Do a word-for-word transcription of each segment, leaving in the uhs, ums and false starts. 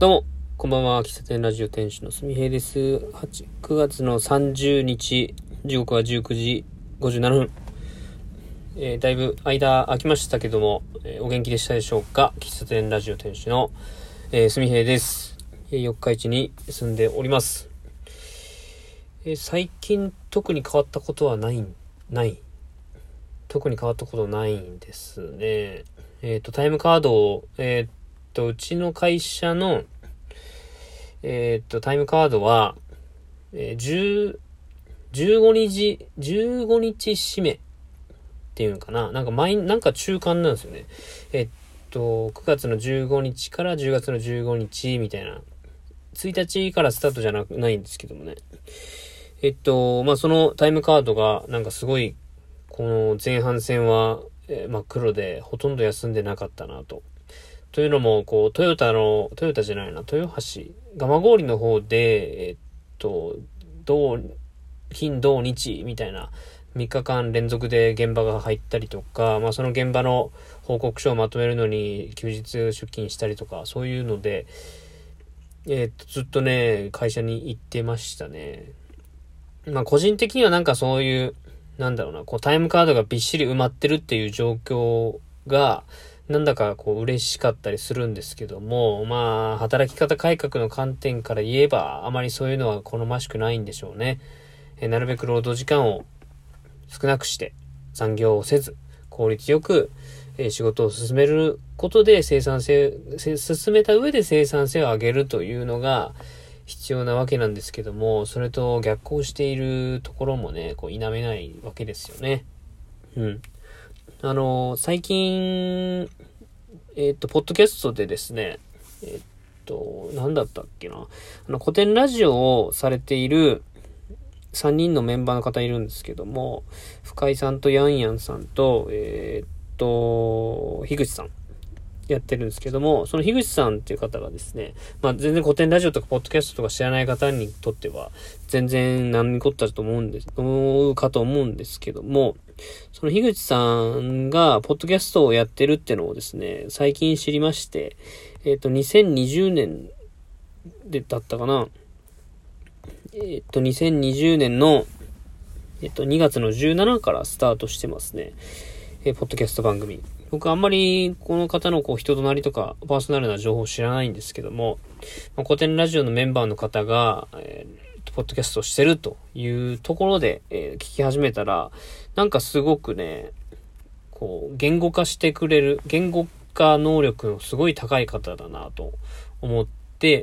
どうも、こんばんは。喫茶店ラジオ店主のすみへいです。くがつのさんじゅうにち、時刻はじゅうくじごじゅうななふん。えー、だいぶ間空きましたけども、えー、お元気でしたでしょうか。喫茶店ラジオ店主の、えー、すみへいです。えー、四日市に住んでおります。えー、最近特に変わったことはない、ない。特に変わったことないんですね。えっと、タイムカードを、えっと、うちの会社の、えっと、タイムカードは、えー、10、じゅうごにち、じゅうごにち締めっていうのかな。なんか毎、なんか中間なんですよね。えっと、くがつのじゅうごにちからじゅうがつのじゅうごにちみたいな。ついたちからスタートじゃなく、ないんですけどもね。えっと、まあ、そのタイムカードが、なんかすごい、この前半戦は、えー、真っ黒で、ほとんど休んでなかったなと。というのも、こう、トヨタの、トヨタじゃないな、豊橋、蒲郡の方で、えっと、土、金、土、日みたいなみっかかん連続で現場が入ったりとか、まあその現場の報告書をまとめるのに休日出勤したりとか、そういうので、えっと、ずっとね、会社に行ってましたね。まあ個人的にはなんかそういう、なんだろうな、こうタイムカードがびっしり埋まってるっていう状況が、なんだかこう嬉しかったりするんですけども、まあ、働き方改革の観点から言えば、あまりそういうのは好ましくないんでしょうね。えなるべく労働時間を少なくして、残業をせず、効率よく、え仕事を進めることで生産性、進めた上で生産性を上げるというのが必要なわけなんですけども、それと逆行しているところもね、こう否めないわけですよね。うん。あの、最近、えっと、ポッドキャストでですね、えっと、なんだったっけな。あの、古典ラジオをされているさんにんのメンバーの方いるんですけども、深井さんとヤンヤンさんと、えっと、樋口さん。やってるんですけども、その樋口さんっていう方がですね、まあ全然古典ラジオとかポッドキャストとか知らない方にとっては、全然何にこったと思うんです、思うかと思うんですけども、その樋口さんがポッドキャストをやってるってのをですね、最近知りまして、えっと、にせんにじゅうねんでだったかな。えっと、にせんにじゅうねんの、えっと、にがつのじゅうしちにちからスタートしてますね。えー、ポッドキャスト番組。僕あんまりこの方のこう人となりとかパーソナルな情報を知らないんですけども、まあ、古典ラジオのメンバーの方が、えー、ポッドキャストをしてるというところで、えー、聞き始めたら、なんかすごくね、こう言語化してくれる、言語化能力のすごい高い方だなと思って、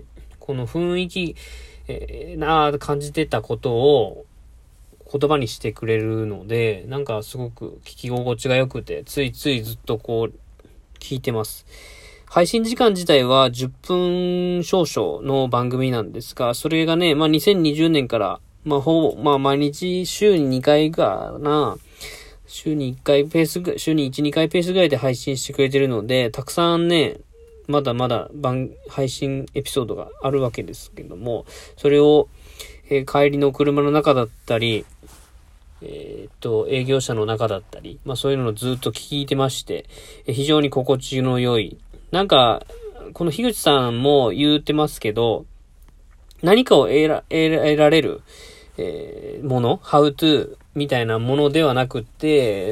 この雰囲気、えー、な感じてたことを言葉にしてくれるので、なんかすごく聞き心地が良くて、ついついずっとこう、聞いてます。配信時間自体はじゅっぷん少々の番組なんですが、それがね、まあにせんにじゅうねんから、まあほぼ、まあ毎日週ににかいかな、週にいっかいペースぐらい、週にいち、にかいペースぐらいで配信してくれてるので、たくさんね、まだまだ番、配信エピソードがあるわけですけども、それを、えー、帰りの車の中だったり、えー、っと、営業者の中だったり、まあそういうのをずっと聞いてまして、えー、非常に心地の良い。なんか、この樋口さんも言ってますけど、何かを得ら、得られる、えー、もの、how to みたいなものではなくって、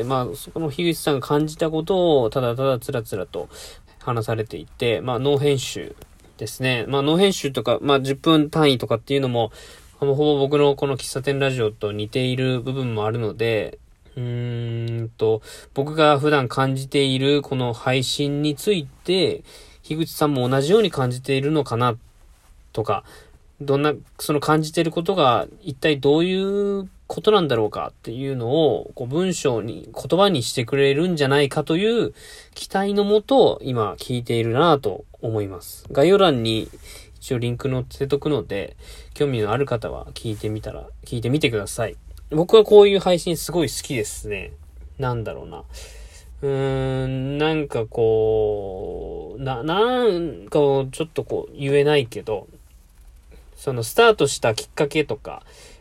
まあ、そこの樋口さんが感じたことをただただつらつらと話されていて、まあ、ノー編集ですね。まあ、ノー編集とか、まあ、じゅっぷん単位とかっていうのも、ほぼほぼ僕のこの喫茶店ラジオと似ている部分もあるので、うーんと、僕が普段感じているこの配信について、樋口さんも同じように感じているのかな、とか、どんな、その感じていることが一体どういうことなんだろうかっていうのを、こう文章に、言葉にしてくれるんじゃないかという期待のもと、今聞いているなと思います。概要欄に一応リンク載せとくので、興味のある方は聞いてみたら、聞いてみてください。僕はこういう配信すごい好きですね。なんだろうな。うーん、なんかこう、な、なんかをちょっとこう言えないけど、そのスタートしたきっかけとか、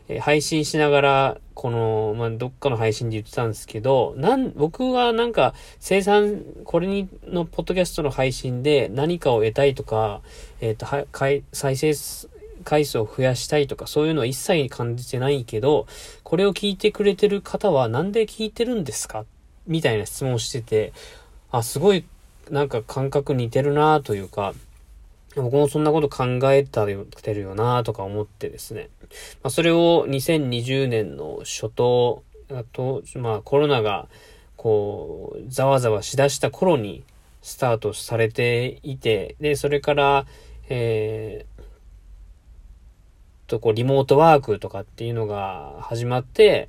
えー、配信しながら、この、まあ、どっかの配信で言ってたんですけど、なん、僕はなんか、生産、これに、の、ポッドキャストの配信で何かを得たいとか、えっと、は、回、再生回数を増やしたいとか、そういうのは一切感じてないけど、これを聞いてくれてる方はなんで聞いてるんですかみたいな質問をしてて、あ、すごい、なんか感覚似てるなというか、僕もそんなこと考えてるよなとか思ってですね。まあ、それをにせんにじゅうねんの初頭、あと、まあコロナがこう、ざわざわしだした頃にスタートされていて、で、それから、えー、とこうリモートワークとかっていうのが始まって、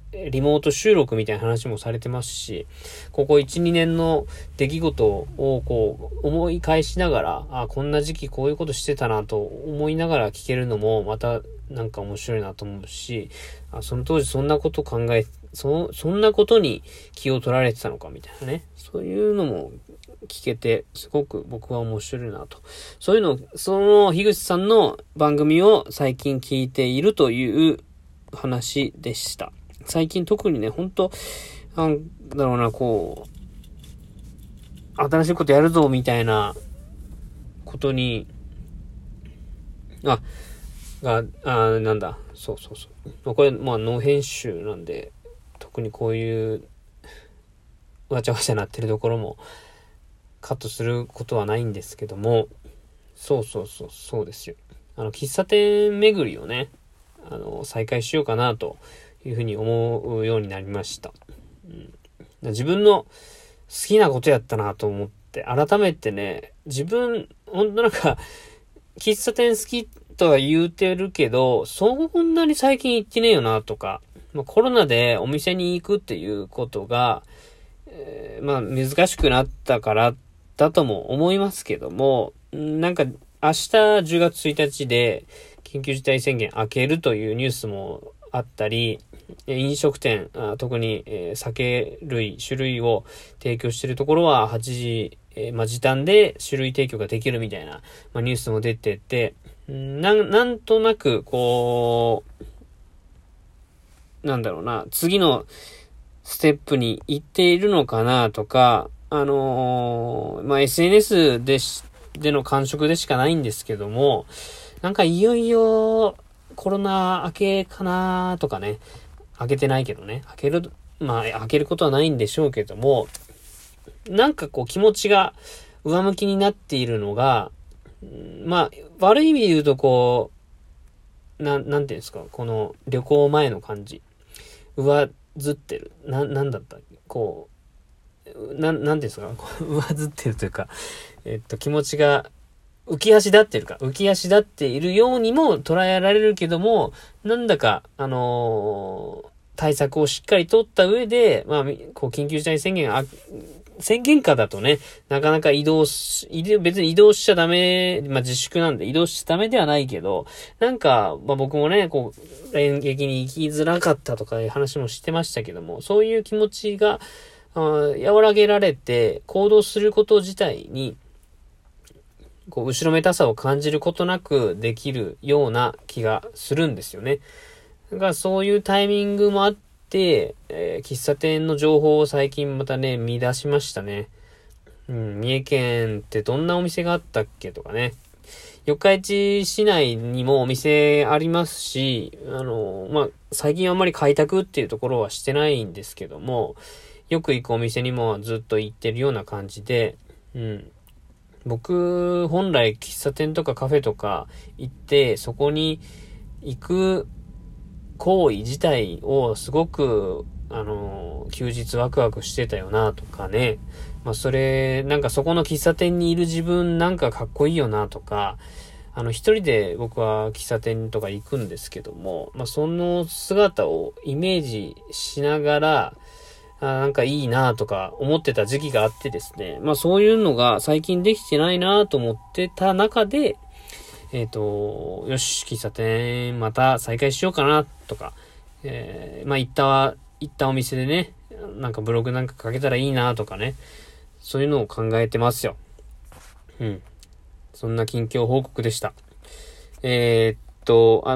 リモート収録みたいな話もされてますし、ここいち、にねんの出来事をこう思い返しながら、あ、こんな時期こういうことしてたなと思いながら聞けるのもまたなんか面白いなと思うし、あ、その当時そんなこと考え、そ、そんなことに気を取られてたのかみたいなね。そういうのも聞けて、すごく僕は面白いなと。そういうの、その、樋口さんの番組を最近聞いているという話でした。最近特にね、ほんと、なんだろうな、こう、新しいことやるぞ、みたいなことに、あ、が、あ、なんだ、そうそうそう。これ、まあ、ノー編集なんで、特にこういう、わちゃわちゃなってるところも、カットすることはないんですけども、そうそうそう、そうですよ。あの、喫茶店巡りをね、あの、再開しようかなというふうに思うようになりました。うん、自分の好きなことやったなと思って、改めてね、自分、ほんとなんか、喫茶店好きとは言うてるけど、そんなに最近行ってねえよなとか、まあ、コロナでお店に行くっていうことが、えー、まあ難しくなったからだとも思いますけども、なんか明日じゅうがつついたちで緊急事態宣言明けるというニュースもあったり、飲食店、あ特に、えー、酒類、種類を提供しているところははちじ、えー、まあ、時短で種類提供ができるみたいな、まあ、ニュースも出てて、なん、なんとなくこう、なんだろうな、次のステップに行っているのかなとか、あのー、まあ、エスエヌエス でし、での感触でしかないんですけども、なんかいよいよコロナ明けかなとかね、明けてないけどね、明ける、まあ、明けることはないんでしょうけども、なんかこう気持ちが上向きになっているのが、まあ、悪い意味で言うとこう、な、なんていうんですか、この旅行前の感じ。上ずってる。な、なんだったこう、な、なんていうんですか上ずってるというか、えっと、気持ちが浮き足立ってるか、浮き足立っているようにも捉えられるけども、なんだか、あのー、対策をしっかり取った上で、まあ、こう、緊急事態宣言、あ、宣言下だとね、なかなか移動し、別に移動しちゃダメ、まあ、自粛なんで移動しちゃダメではないけど、なんか、まあ、僕もね、こう、連撃に行きづらかったとかいう話もしてましたけども、そういう気持ちが、あ和らげられて、行動すること自体に、こう、後ろめたさを感じることなくできるような気がするんですよね。だからそういうタイミングもあって、えー、喫茶店の情報を最近またね、見出しましたね。うん、三重県ってどんなお店があったっけとかね。四日市市内にもお店ありますし、あの、まあ、最近あんまり開拓っていうところはしてないんですけども、よく行くお店にもずっと行ってるような感じで、うん。僕、本来喫茶店とかカフェとか行って、そこに行く行為自体をすごく、あの、休日ワクワクしてたよなとかね。まあ、それ、なんかそこの喫茶店にいる自分なんかかっこいいよなとか、あの、一人で僕は喫茶店とか行くんですけども、まあ、その姿をイメージしながら、あなんかいいなとか思ってた時期があってですね。まあそういうのが最近できてないなと思ってた中で、えっと、よし、喫茶店また再開しようかなとか、えー、まあ行った、行ったお店でね、なんかブログなんか書けたらいいなとかね、そういうのを考えてますよ。うん。そんな近況報告でした。えー、っと、あの、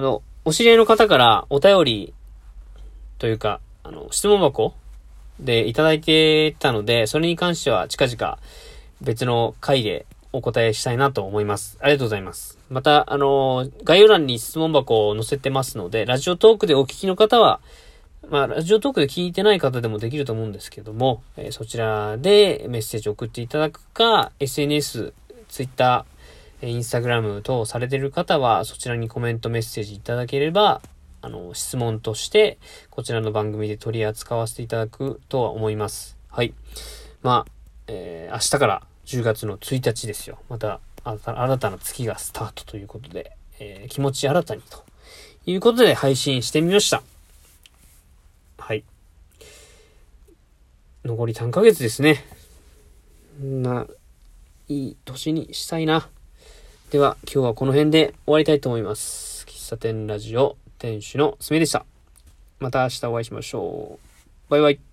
お知り合いの方からお便りというか、あの、質問箱でいただいてたので、それに関しては近々別の回でお答えしたいなと思います。ありがとうございます。また、あの、概要欄に質問箱を載せてますので、ラジオトークでお聞きの方は、まあ、ラジオトークで聞いてない方でもできると思うんですけども、えー、そちらでメッセージを送っていただくか、エスエヌエス、Twitter、インスタグラム等されている方は、そちらにコメントメッセージいただければ、あの、質問として、こちらの番組で取り扱わせていただくとは思います。はい。まあ、えー、明日からじゅうがつのついたちですよ。また、新たな月がスタートということで、えー、気持ち新たにということで配信してみました。はい。残りさんかげつですね。な、いい年にしたいな。では、今日はこの辺で終わりたいと思います。喫茶店ラジオ店主のすみでした。また明日お会いしましょう。バイバイ。